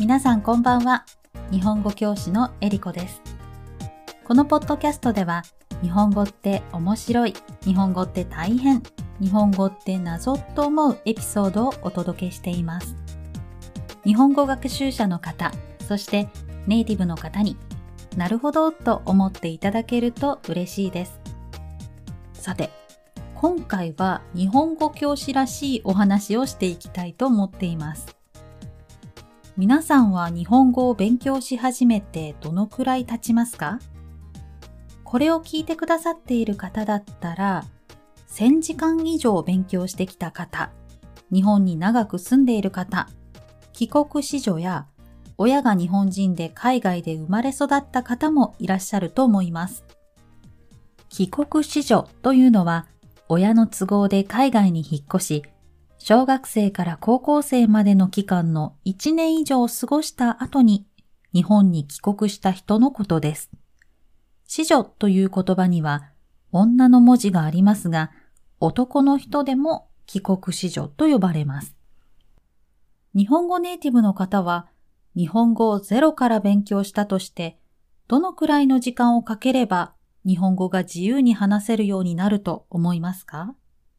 皆さんこんばんは。日本語教師のえりこです。このポッドキャストでは、日本語って面白い、日本語って大変、日本語って謎と思うエピソードをお届けしています。日本語学習者の方、そしてネイティブの方になるほどと思っていただけると嬉しいです。さて、今回は日本語教師らしいお話をしていきたいと思っています。皆さんは日本語を勉強し始めてどのくらい経ちますか？これを聞いてくださっている方だったら、1000時間以上勉強してきた方、日本に長く住んでいる方、帰国子女や親が日本人で海外で生まれ育った方もいらっしゃると思います。帰国子女というのは、親の都合で海外に引っ越し、小学生から高校生までの期間の1年以上過ごした後に日本に帰国した人のことです。子女という言葉には女の文字がありますが、男の人でも帰国子女と呼ばれます。日本語ネイティブの方は日本語をゼロから勉強したとして、どのくらいの時間をかければ日本語が自由に話せるようになると思いますか？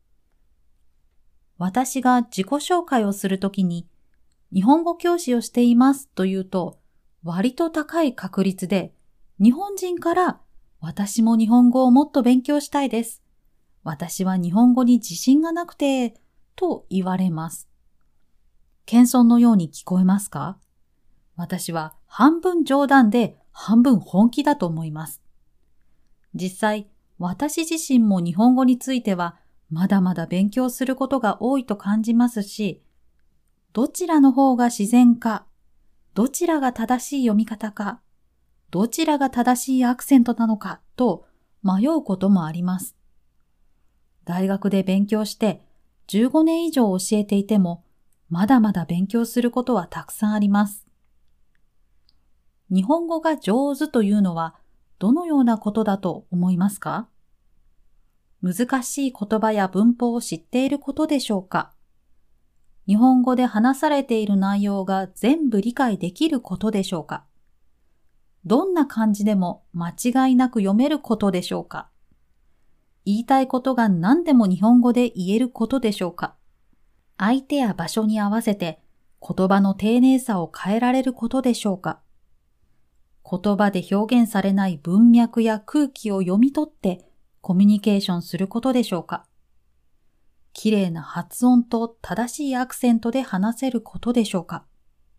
私が自己紹介をするときに、日本語教師をしていますと言うと、割と高い確率で、日本人から私も日本語をもっと勉強したいです。私は日本語に自信がなくて、と言われます。謙遜のように聞こえますか？私は半分冗談で半分本気だと思います。実際、私自身も日本語については、まだまだ勉強することが多いと感じますし、どちらの方が自然か、どちらが正しい読み方か、どちらが正しいアクセントなのかと迷うこともあります。大学で勉強して15年以上教えていても、まだまだ勉強することはたくさんあります。日本語が上手というのはどのようなことだと思いますか？難しい言葉や文法を知っていることでしょうか？日本語で話されている内容が全部理解できることでしょうか？どんな漢字でも間違いなく読めることでしょうか？言いたいことが何でも日本語で言えることでしょうか？相手や場所に合わせて言葉の丁寧さを変えられることでしょうか？言葉で表現されない文脈や空気を読み取ってコミュニケーションすることでしょうか？綺麗な発音と正しいアクセントで話せることでしょうか？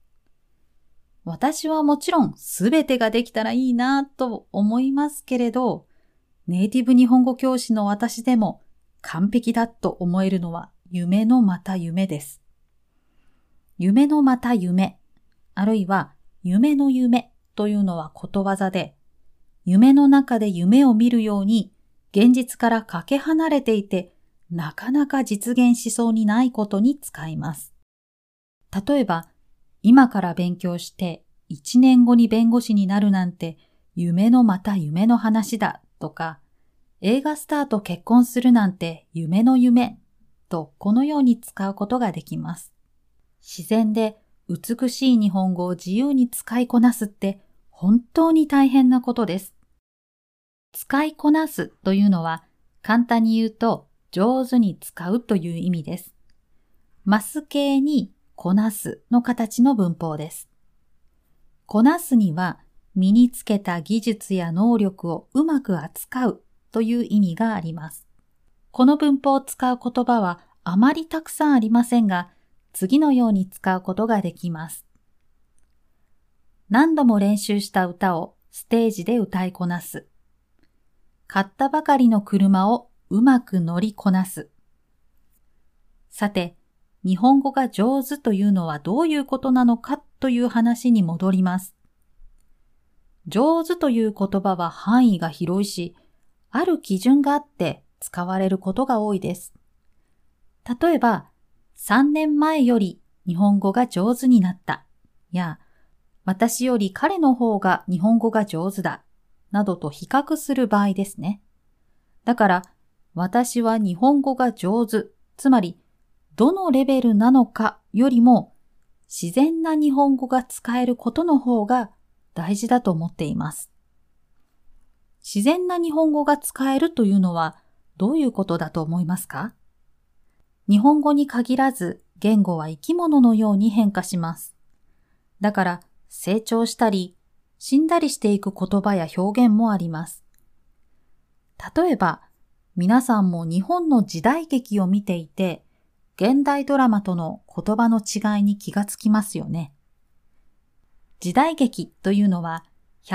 私はもちろん全てができたらいいなと思いますけれど、ネイティブ日本語教師の私でも完璧だと思えるのは夢のまた夢です。夢のまた夢、あるいは夢の夢というのはことわざで、夢の中で夢を見るように現実からかけ離れていて、なかなか実現しそうにないことに使います。例えば、今から勉強して1年後に弁護士になるなんて夢のまた夢の話だとか、映画スターと結婚するなんて夢の夢とこのように使うことができます。自然で美しい日本語を自由に使いこなすって本当に大変なことです。使いこなすというのは簡単に言うと上手に使うという意味です。マス形にこなすの形の文法です。こなすには身につけた技術や能力をうまく扱うという意味があります。この文法を使う言葉はあまりたくさんありませんが、次のように使うことができます。何度も練習した歌をステージで歌いこなす。買ったばかりの車をうまく乗りこなす。さて、日本語が上手というのはどういうことなのかという話に戻ります。上手という言葉は範囲が広いし、ある基準があって使われることが多いです。例えば、3年前より日本語が上手になったや、私より彼の方が日本語が上手だなどと比較する場合ですね。だから、私は日本語が上手、つまりどのレベルなのかよりも自然な日本語が使えることの方が大事だと思っています。自然な日本語が使えるというのはどういうことだと思いますか？日本語に限らず言語は生き物のように変化します。だから成長したり死んだりしていく言葉や表現もあります。例えば皆さんも日本の時代劇を見ていて現代ドラマとの言葉の違いに気がつきますよね。時代劇というのは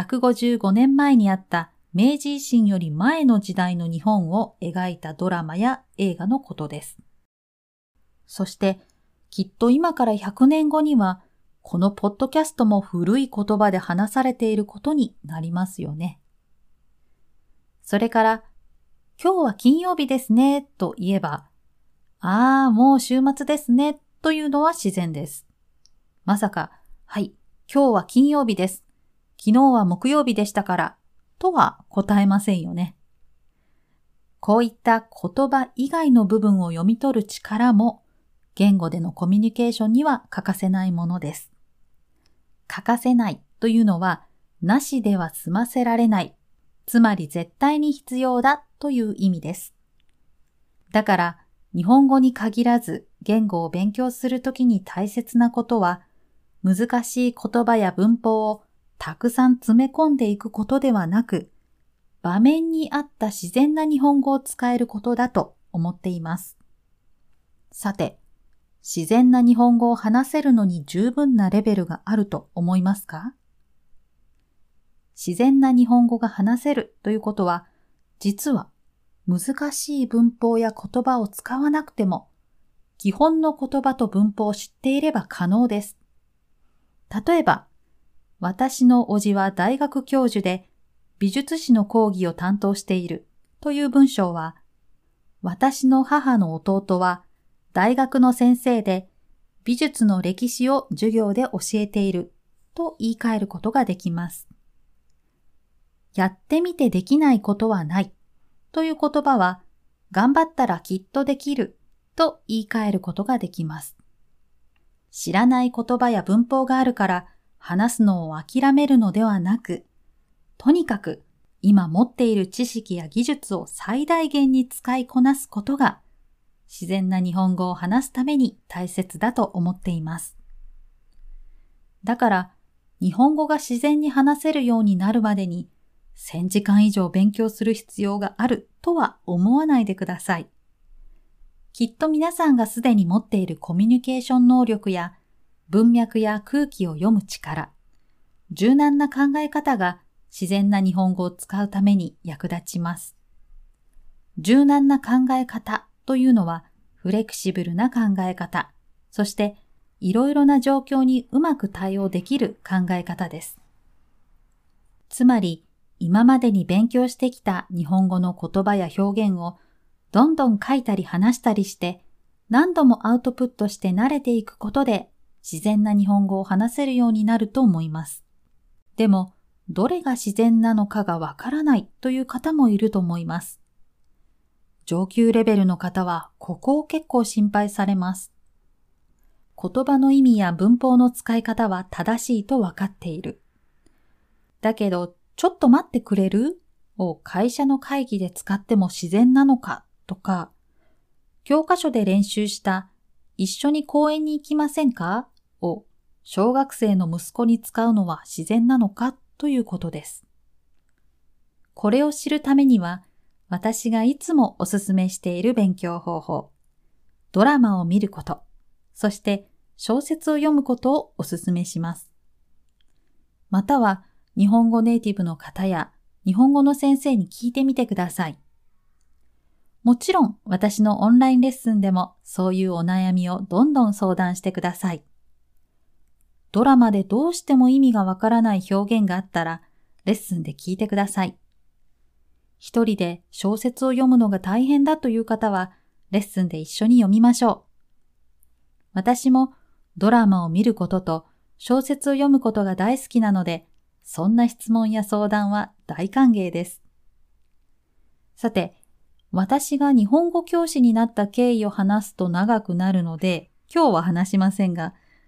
155年前にあった明治維新より前の時代の日本を描いたドラマや映画のことです。そしてきっと今から100年後にはこのポッドキャストも古い言葉で話されていることになりますよね。それから今日は金曜日ですねと言えば、もう週末ですねというのは自然です。まさか、はい、今日は金曜日です。昨日は木曜日でしたからとは答えませんよね。こういった言葉以外の部分を読み取る力も言語でのコミュニケーションには欠かせないものです。欠かせないというのは、なしでは済ませられない、つまり絶対に必要だという意味です。だから、日本語に限らず言語を勉強するときに大切なことは、難しい言葉や文法をたくさん詰め込んでいくことではなく、場面に合った自然な日本語を使えることだと思っています。さて、自然な日本語を話せるのに十分なレベルがあると思いますか？自然な日本語が話せるということは、実は難しい文法や言葉を使わなくても、基本の言葉と文法を知っていれば可能です。例えば、私の叔父は大学教授で美術史の講義を担当しているという文章は、私の母の弟は大学の先生で美術の歴史を授業で教えていると言い換えることができます。やってみてできないことはないという言葉は、頑張ったらきっとできると言い換えることができます。知らない言葉や文法があるから話すのを諦めるのではなく、とにかく今持っている知識や技術を最大限に使いこなすことが自然な日本語を話すために大切だと思っています。だから日本語が自然に話せるようになるまでに1000時間以上勉強する必要があるとは思わないでください。きっと皆さんがすでに持っているコミュニケーション能力や文脈や空気を読む力、柔軟な考え方が自然な日本語を使うために役立ちます。柔軟な考え方というのはフレキシブルな考え方、そしていろいろな状況にうまく対応できる考え方です。つまり今までに勉強してきた日本語の言葉や表現をどんどん書いたり話したりして何度もアウトプットして慣れていくことで自然な日本語を話せるようになると思います。でもどれが自然なのかがわからないという方もいると思います。上級レベルの方はここを結構心配されます。言葉の意味や文法の使い方は正しいとわかっている。だけど、ちょっと待ってくれる？を会社の会議で使っても自然なのかとか、教科書で練習した一緒に公園に行きませんか？を小学生の息子に使うのは自然なのかということです。これを知るためには、私がいつもおすすめしている勉強方法、ドラマを見ること、そして小説を読むことをおすすめします。または日本語ネイティブの方や日本語の先生に聞いてみてください。もちろん私のオンラインレッスンでもそういうお悩みをどんどん相談してください。ドラマでどうしても意味がわからない表現があったらレッスンで聞いてください。一人で小説を読むのが大変だという方はレッスンで一緒に読みましょう。私もドラマを見ることと小説を読むことが大好きなので、そんな質問や相談は大歓迎です。さて、私が日本語教師になった経緯を話すと長くなるので、今日は話しませんが、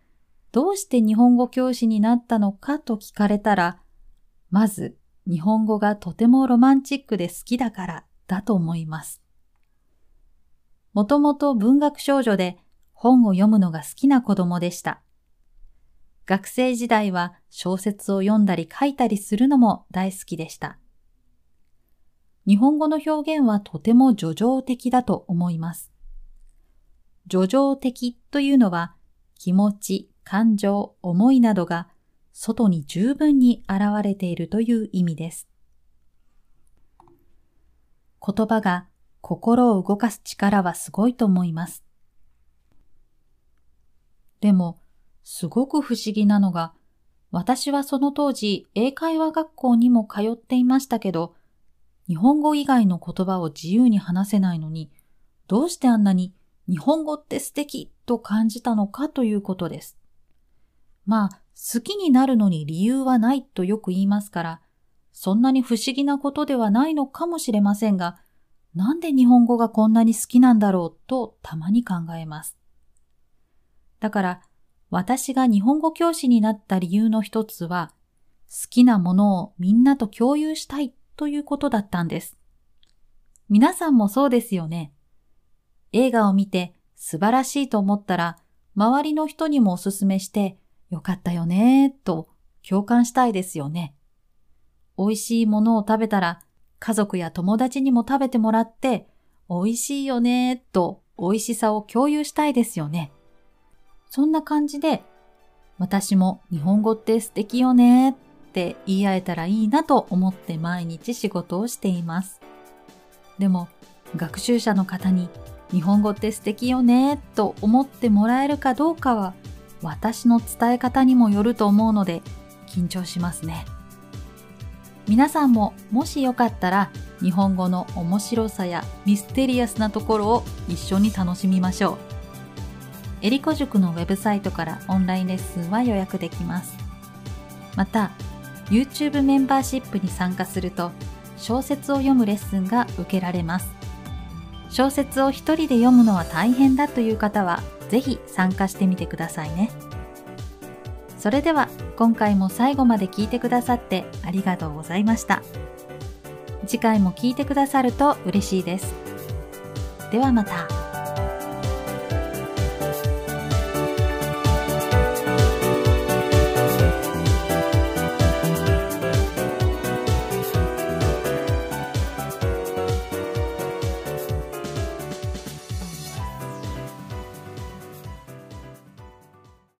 どうして日本語教師になったのかと聞かれたら、まず日本語がとてもロマンチックで好きだからだと思います。もともと文学少女で本を読むのが好きな子供でした。学生時代は小説を読んだり書いたりするのも大好きでした。日本語の表現はとても叙情的だと思います。叙情的というのは気持ち、感情、思いなどが外に十分に現れているという意味です。言葉が心を動かす力はすごいと思います。でも、すごく不思議なのが、私はその当時英会話学校にも通っていましたけど、日本語以外の言葉を自由に話せないのに、どうしてあんなに日本語って素敵と感じたのかということです。まあ、好きになるのに理由はないとよく言いますから、そんなに不思議なことではないのかもしれませんが、なんで日本語がこんなに好きなんだろうとたまに考えます。だから、私が日本語教師になった理由の一つは、好きなものをみんなと共有したいということだったんです。皆さんもそうですよね。映画を見て素晴らしいと思ったら、周りの人にもおすすめして、よかったよねと共感したいですよね。美味しいものを食べたら、家族や友達にも食べてもらって、美味しいよねと美味しさを共有したいですよね。そんな感じで、私も日本語って素敵よねって言い合えたらいいなと思って毎日仕事をしています。でも、学習者の方に日本語って素敵よねと思ってもらえるかどうかは、私の伝え方にもよると思うので緊張しますね。皆さんももしよかったら日本語の面白さやミステリアスなところを一緒に楽しみましょう。えりこ塾のウェブサイトからオンラインレッスンは予約できます。また、YouTube メンバーシップに参加すると小説を読むレッスンが受けられます。小説を一人で読むのは大変だという方はぜひ参加してみてくださいね。それでは今回も最後まで聞いてくださってありがとうございました。次回も聞いてくださると嬉しいです。ではまた。